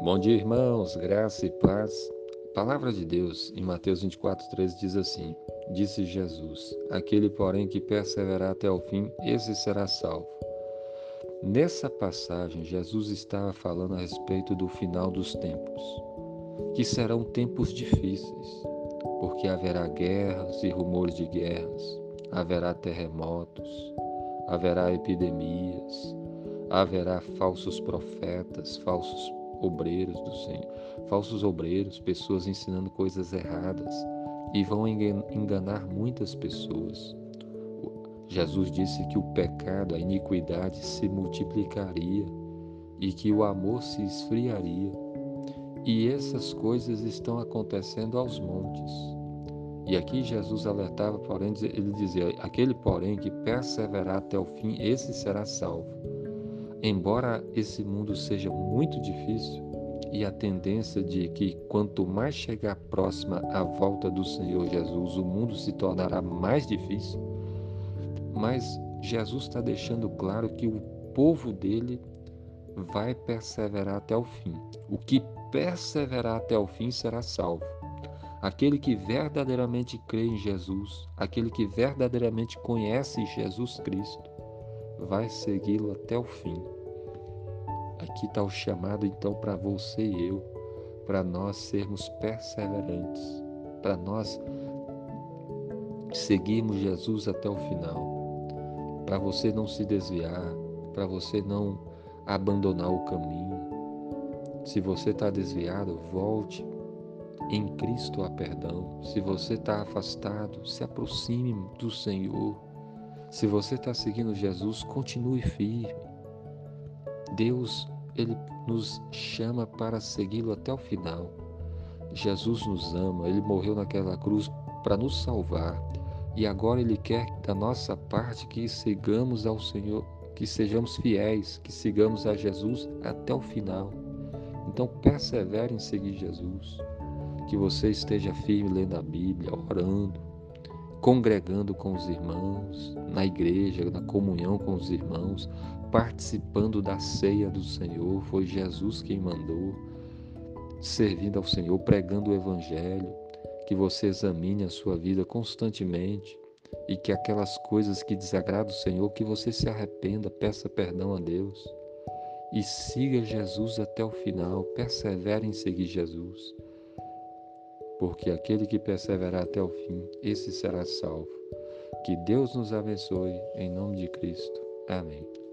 Bom dia, irmãos, graça e paz. A palavra de Deus, em Mateus 24:13, diz assim: Disse Jesus: Aquele, porém, que perseverar até o fim, esse será salvo. Nessa passagem, Jesus estava falando a respeito do final dos tempos, que serão tempos difíceis, porque haverá guerras e rumores de guerras, haverá terremotos, haverá epidemias, haverá falsos profetas, falsos obreiros do Senhor, falsos obreiros, pessoas ensinando coisas erradas e vão enganar muitas pessoas. Jesus disse que o pecado, a iniquidade se multiplicaria e que o amor se esfriaria. E essas coisas estão acontecendo aos montes. E aqui Jesus alertava, porém, ele dizia: aquele, porém, que perseverar até o fim, esse será salvo. Embora esse mundo seja muito difícil e a tendência de que quanto mais chegar próxima à volta do Senhor Jesus, o mundo se tornará mais difícil, mas Jesus está deixando claro que o povo dele vai perseverar até o fim. O que perseverar até o fim será salvo. Aquele que verdadeiramente crê em Jesus, aquele que verdadeiramente conhece Jesus Cristo, vai segui-lo até o fim. Aqui está o chamado então para você e eu, para nós sermos perseverantes, para nós seguirmos Jesus até o final, para você não se desviar, para você não abandonar o caminho. Se você está desviado, volte. Em Cristo há perdão. Se você está afastado, se aproxime do Senhor. Se você está seguindo Jesus, continue firme. Deus, Ele nos chama para segui-lo até o final. Jesus nos ama, Ele morreu naquela cruz para nos salvar. E agora Ele quer da nossa parte que sigamos ao Senhor, que sejamos fiéis, que sigamos a Jesus até o final. Então persevere em seguir Jesus. Que você esteja firme lendo a Bíblia, orando, congregando com os irmãos, na igreja, na comunhão com os irmãos, participando da ceia do Senhor. Foi Jesus quem mandou, servindo ao Senhor, pregando o Evangelho. Que você examine a sua vida constantemente e que aquelas coisas que desagradam o Senhor, que você se arrependa, peça perdão a Deus e siga Jesus até o final. Persevere em seguir Jesus, porque aquele que perseverar até o fim, esse será salvo. Que Deus nos abençoe, em nome de Cristo. Amém.